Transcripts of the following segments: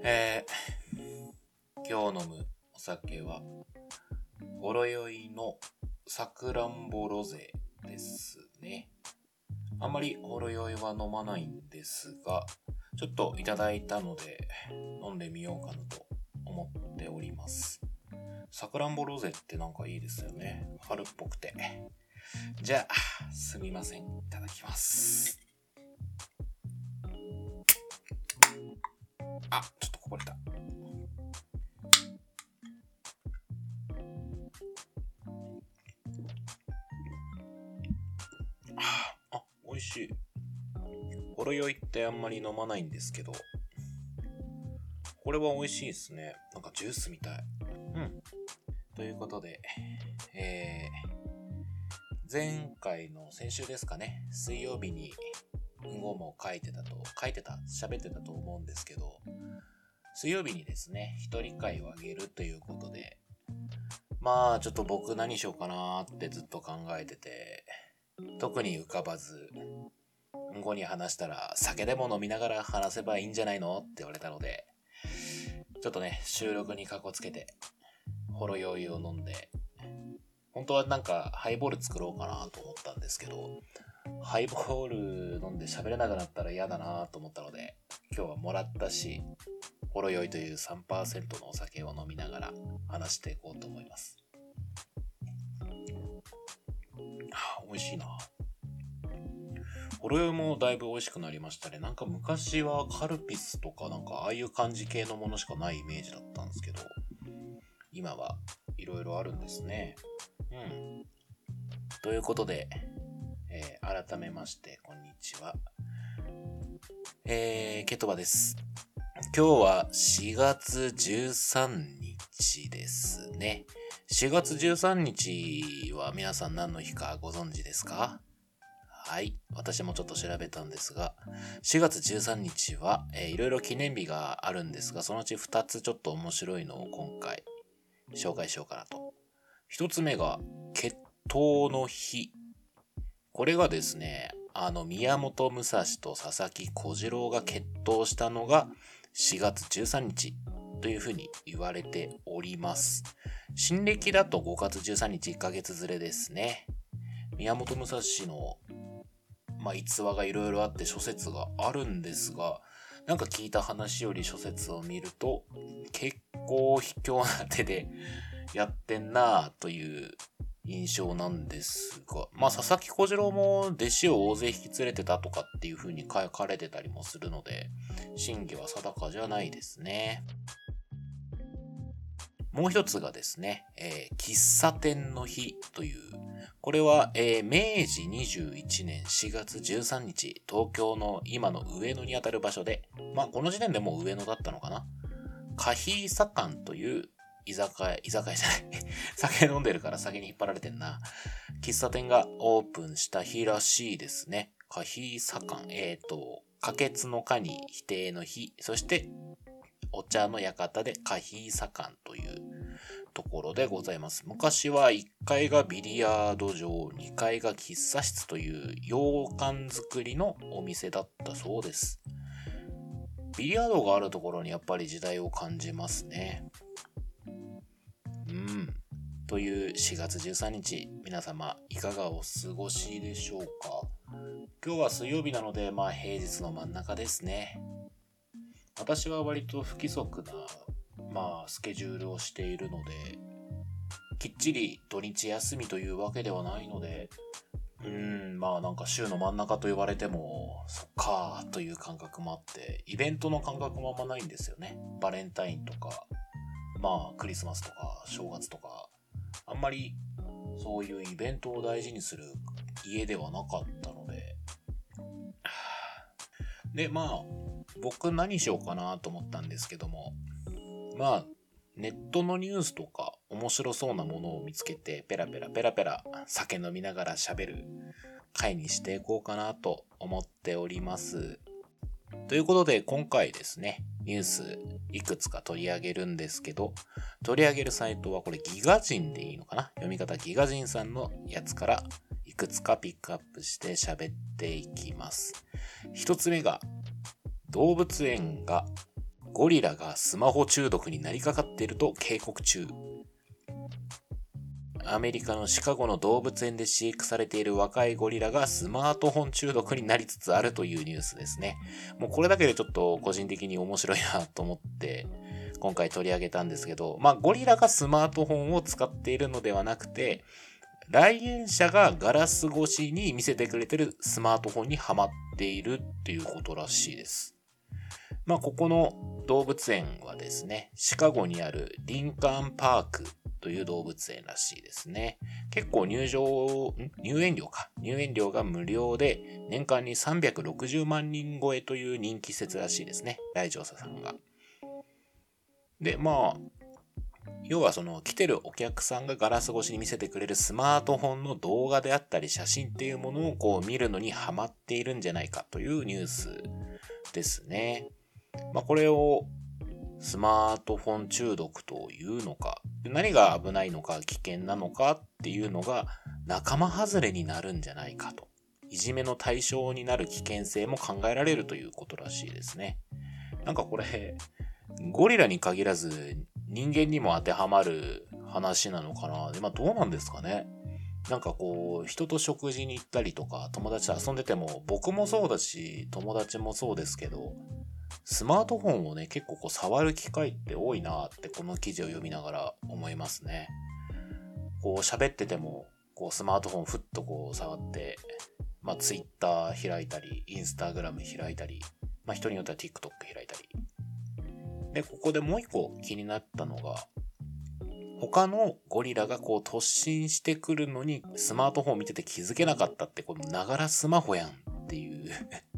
今日飲むお酒はほろ酔いのさくらんぼロゼですね。あんまりほろ酔いは飲まないんですが、ちょっといただいたので飲んでみようかなと思っております。さくらんぼロゼってなんかいいですよね。春っぽくて。じゃあすみません、いただきます。ちょっとこぼれた。美味しい。ほろ酔いってあんまり飲まないんですけど、これは美味しいですね。なんかジュースみたい。ということで、前回の先週ですかね、水曜日に語も喋ってたと思うんですけど、水曜日にですね、一人会をあげるということで、ちょっと僕何しようかなってずっと考えてて、特に浮かばず、語に話したら酒でも飲みながら話せばいいんじゃないのって言われたので、ちょっとね、収録にかこつけて、ほろ酔いを飲んで、本当はなんかハイボール作ろうかなと思ったんですけど、ハイボール飲んで喋れなくなったら嫌だなと思ったので、今日はもらったし、ほろ酔いという 3% のお酒を飲みながら話していこうと思います。美味しいな。ほろ酔いもだいぶ美味しくなりましたね。なんか昔はカルピスとかなんかああいう感じ系のものしかないイメージだったんですけど、今はいろいろあるんですね。ということで、改めましてこんにちは。ケトバです。今日は4月13日ですね。4月13日は皆さん何の日かご存知ですか？はい。私もちょっと調べたんですが、4月13日はいろいろ記念日があるんですが、そのうち2つちょっと面白いのを今回紹介しようかなと。1つ目が決闘の日。これがですね、宮本武蔵と佐々木小次郎が決闘したのが4月13日というふうに言われております。新暦だと5月13日1ヶ月ずれですね。宮本武蔵の逸話がいろいろあって諸説があるんですが、なんか聞いた話より諸説を見ると結構卑怯な手でやってんなという印象なんですが、佐々木小次郎も弟子を大勢引き連れてたとかっていう風に書かれてたりもするので、真偽は定かじゃないですね。もう一つがですね、喫茶店の日という、これは、明治21年4月13日、東京の今の上野にあたる場所で、この時点でもう上野だったのかな。カヒーサカンという居酒屋じゃない。酒飲んでるから酒に引っ張られてんな。喫茶店がオープンした日らしいですね。カヒーサカン。可決の可に否定の日。そして、お茶の館でカヒーサカンというところでございます。昔は1階がビリヤード場、2階が喫茶室という洋館作りのお店だったそうです。ビリヤードがあるところにやっぱり時代を感じますね。という4月13日、皆様いかがお過ごしでしょうか。今日は水曜日なので、平日の真ん中ですね。私は割と不規則な、スケジュールをしているので、きっちり土日休みというわけではないので、なんか週の真ん中と言われても、そっかーという感覚もあって、イベントの感覚もあんまないんですよね。バレンタインとか、クリスマスとか正月とか、あんまりそういうイベントを大事にする家ではなかったので、で、僕何しようかなと思ったんですけども、ネットのニュースとか面白そうなものを見つけてペラペラ酒飲みながら喋る回にしていこうかなと思っております。ということで今回ですね、ニュースいくつか取り上げるんですけど、取り上げるサイトはこれギガ人でいいのかな、読み方ギガ人さんのやつからいくつかピックアップして喋っていきます。一つ目が動物園がゴリラがスマホ中毒になりかかっていると警告中。アメリカのシカゴの動物園で飼育されている若いゴリラがスマートフォン中毒になりつつあるというニュースですね。もうこれだけでちょっと個人的に面白いなと思って今回取り上げたんですけど、ゴリラがスマートフォンを使っているのではなくて、来園者がガラス越しに見せてくれてるスマートフォンにハマっているっていうことらしいです。ここの動物園はですね、シカゴにあるリンカーンパークという動物園らしいですね。結構入園料が無料で年間に360万人超えという人気施設らしいですね。来場者さんが。で、要はその来てるお客さんがガラス越しに見せてくれるスマートフォンの動画であったり写真っていうものをこう見るのにハマっているんじゃないかというニュースですね。これをスマートフォン中毒というのか、何が危ないのか危険なのかっていうのが仲間外れになるんじゃないかと。いじめの対象になる危険性も考えられるということらしいですね。これ、ゴリラに限らず人間にも当てはまる話なのかな。どうなんですかね。人と食事に行ったりとか友達と遊んでても、僕もそうだし友達もそうですけど、スマートフォンをね、結構触る機会って多いなってこの記事を読みながら思いますね。喋っててもスマートフォンふっと触って、ツイッター開いたりインスタグラム開いたり、人によっては TikTok 開いたりで、ここでもう一個気になったのが、他のゴリラが突進してくるのにスマートフォンを見てて気づけなかったって、このながらスマホやんっていう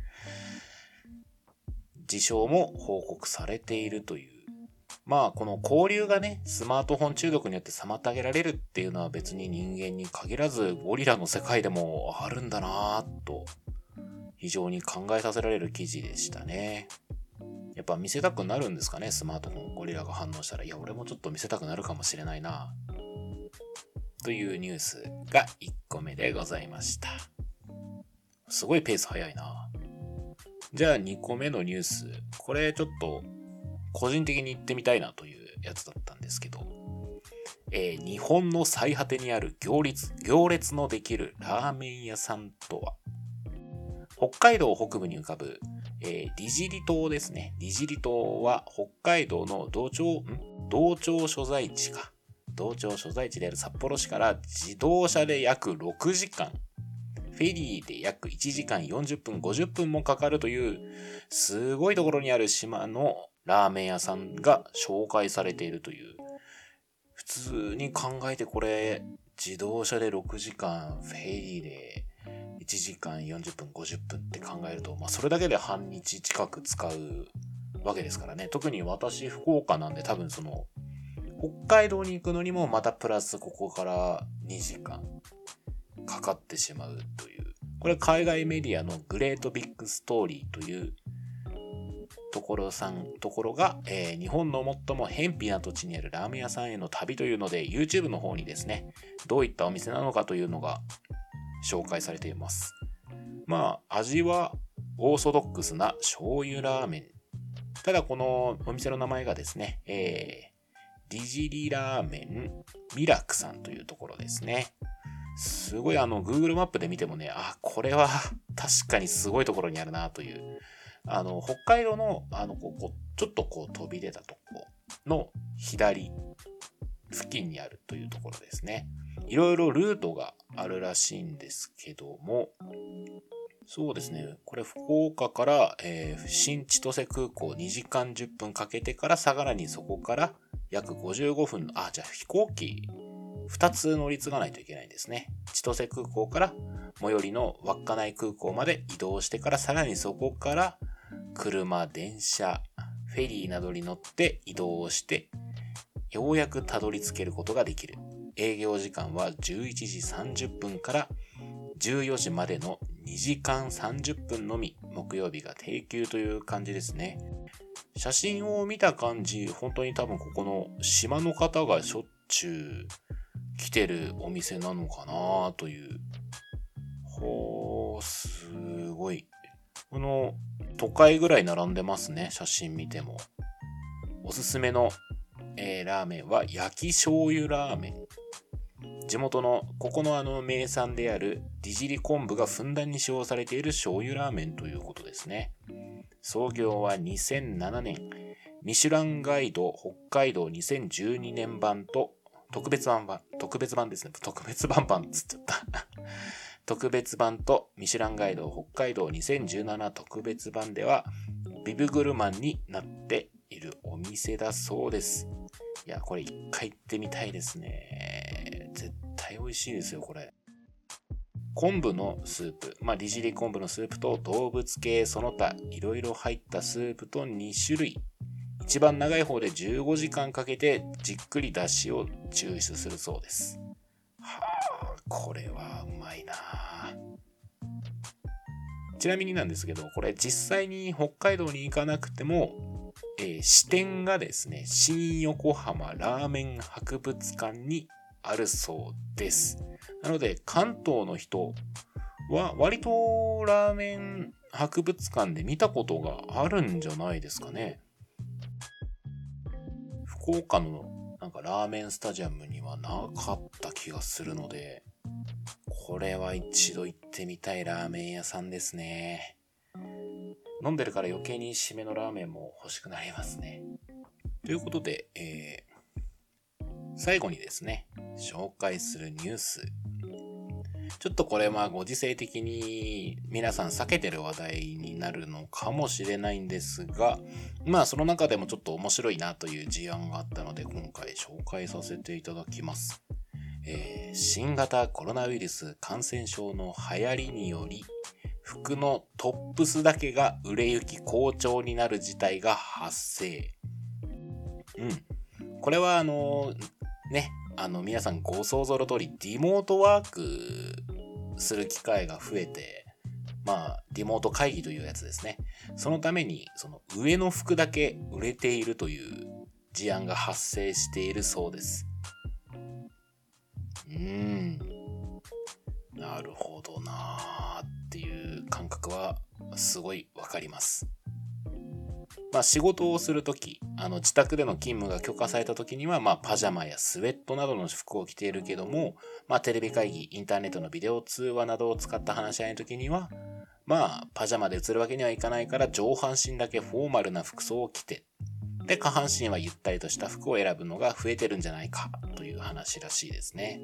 事象も報告されているという。この交流がね、スマートフォン中毒によって妨げられるっていうのは別に人間に限らずゴリラの世界でもあるんだなぁと、非常に考えさせられる記事でしたね。やっぱ見せたくなるんですかね、スマートフォン。ゴリラが反応したら、いや俺もちょっと見せたくなるかもしれないなというニュースが1個目でございました。すごいペース早いな。じゃあ2個目のニュース、これちょっと個人的に言ってみたいなというやつだったんですけど、日本の最果てにある行列のできるラーメン屋さんとは。北海道北部に浮かぶ、利尻島ですね。利尻島は北海道の道庁所在地である札幌市から自動車で約6時間、フェリーで約1時間40分50分もかかるというすごいところにある島のラーメン屋さんが紹介されているという。普通に考えてこれ自動車で6時間、フェリーで1時間40分50分って考えると、それだけで半日近く使うわけですからね。特に私福岡なんで、多分その北海道に行くのにもまたプラスここから2時間かかってしまうという。これ海外メディアのグレートビッグストーリーというところが、日本の最も偏僻な土地にあるラーメン屋さんへの旅というので YouTube の方にですね、どういったお店なのかというのが紹介されています。味はオーソドックスな醤油ラーメン。ただこのお店の名前がですね、利尻ラーメンミラクさんというところですね。すごいGoogle マップで見てもね、これは確かにすごいところにあるなという。北海道のちょっと飛び出たとこの左付近にあるというところですね。いろいろルートがあるらしいんですけども、そうですね。これ福岡から、新千歳空港2時間10分かけてからさらにそこから約55分の、じゃあ飛行機2つ乗り継がないといけないんですね。千歳空港から最寄りの稚内空港まで移動してから、さらにそこから車、電車、フェリーなどに乗って移動して、ようやくたどり着けることができる。営業時間は11時30分から14時までの2時間30分のみ。木曜日が定休という感じですね。写真を見た感じ、本当に多分ここの島の方がしょっちゅう来てるお店なのかなという。すごい。この都会ぐらい並んでますね、写真見ても。 おすすめの、ラーメンは焼き醤油ラーメン。地元のここの名産である利尻昆布がふんだんに使用されている醤油ラーメンということですね。創業は2007年。ミシュランガイド北海道2012年版と特別版ですね。特別版つっちゃった。特別版とミシュランガイド北海道2017特別版ではビブグルマンになっているお店だそうです。いや、これ一回行ってみたいですね。絶対美味しいですよ、これ。昆布のスープ、利尻昆布のスープと動物系その他いろいろ入ったスープと2種類。一番長い方で15時間かけてじっくり出汁を抽出するそうです。はあ、これはうまいな。ちなみになんですけど、これ実際に北海道に行かなくても、支店がですね、新横浜ラーメン博物館にあるそうです。なので関東の人は割とラーメン博物館で見たことがあるんじゃないですかね。福岡のなんかラーメンスタジアムにはなかった気がするので、これは一度行ってみたいラーメン屋さんですね。飲んでるから余計に締めのラーメンも欲しくなりますね。ということで、最後にですね、紹介するニュース。ちょっとこれご時世的に皆さん避けてる話題になるのかもしれないんですが、その中でもちょっと面白いなという事案があったので今回紹介させていただきます。新型コロナウイルス感染症の流行りにより服のトップスだけが売れ行き好調になる事態が発生。これは皆さんご想像の通りリモートワークする機会が増えて、リモート会議というやつですね。そのためにその上の服だけ売れているという事案が発生しているそうです。なるほどなーっていう感覚はすごいわかります。仕事をするとき、自宅での勤務が許可されたときには、パジャマやスウェットなどの服を着ているけども、テレビ会議、インターネットのビデオ通話などを使った話し合いのときには、パジャマで映るわけにはいかないから上半身だけフォーマルな服装を着て、で、下半身はゆったりとした服を選ぶのが増えてるんじゃないかという話らしいですね。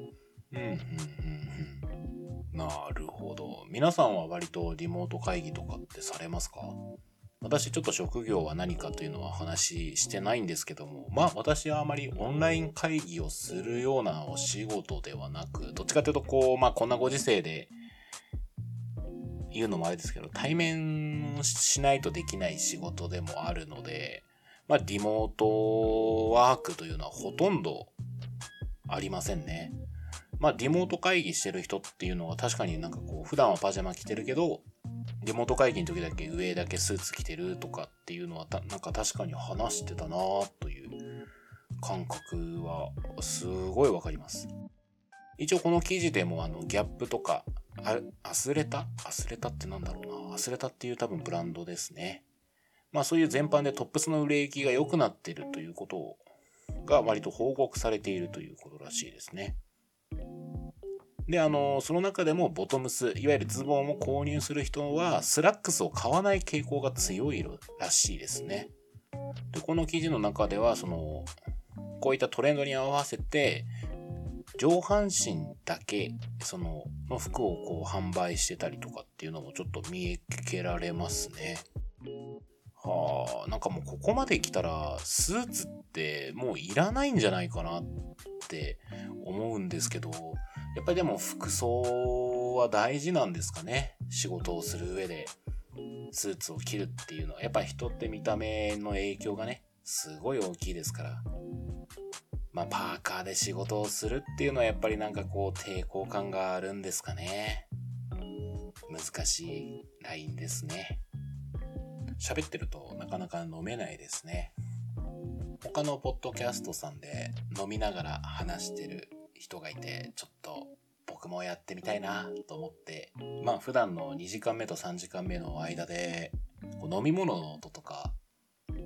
なるほど。皆さんは割とリモート会議とかってされますか？私ちょっと職業は何かというのは話してないんですけども、私はあまりオンライン会議をするようなお仕事ではなく、どっちかというとこんなご時世で言うのもあれですけど、対面しないとできない仕事でもあるので、リモートワークというのはほとんどありませんね。リモート会議してる人っていうのは確かに普段はパジャマ着てるけど、リモート会議の時だけ上だけスーツ着てるとかっていうのは確かに話してたなという感覚はすごいわかります。一応この記事でもギャップとかアスレタってなんだろうな、アスレタっていう多分ブランドですね。そういう全般でトップスの売れ行きが良くなっているということが割と報告されているということらしいですね。で、その中でもボトムス、いわゆるズボンを購入する人はスラックスを買わない傾向が強いらしいですね。で、この記事の中ではこういったトレンドに合わせて上半身だけの服を販売してたりとかっていうのもちょっと見受けられますね。もうここまで来たらスーツってもういらないんじゃないかなって思うんですけど、やっぱりでも服装は大事なんですかね。仕事をする上でスーツを着るっていうのはやっぱり人って見た目の影響がねすごい大きいですから、パーカーで仕事をするっていうのはやっぱり抵抗感があるんですかね。難しいラインですね。喋ってるとなかなか飲めないですね。他のポッドキャストさんで飲みながら話してる人がいて、ちょっと僕もやってみたいなと思って、普段の2時間目と3時間目の間で飲み物の音とか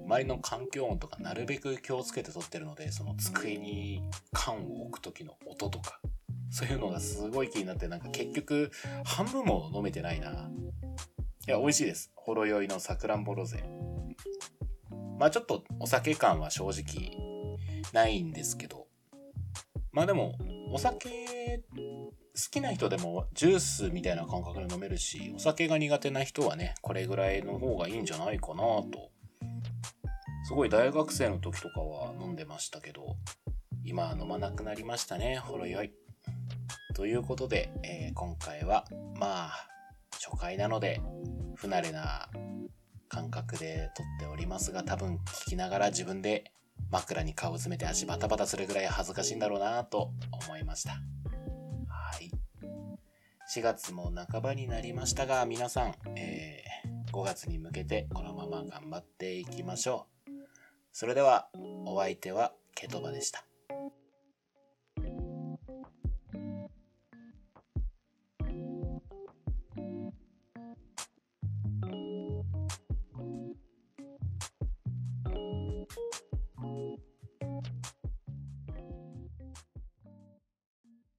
周りの環境音とかなるべく気をつけて撮ってるので、その机に缶を置く時の音とか、そういうのがすごい気になって、なんか結局半分も飲めてないな。いや、美味しいです。ほろ酔いのさくらんぼロゼ。まあちょっとお酒感は正直ないんですけど、まあでもお酒好きな人でもジュースみたいな感覚で飲めるし、お酒が苦手な人はね、これぐらいの方がいいんじゃないかなと。すごい大学生の時とかは飲んでましたけど、今は飲まなくなりましたね、ほろ酔い。ということで、今回はまあ初回なので不慣れな感覚で撮っておりますが、多分聞きながら自分で枕に顔を詰めて足バタバタするぐらい恥ずかしいんだろうなと思いました。はい。4月も半ばになりましたが、皆さん、5月に向けてこのまま頑張っていきましょう。それではお相手はケトバでした。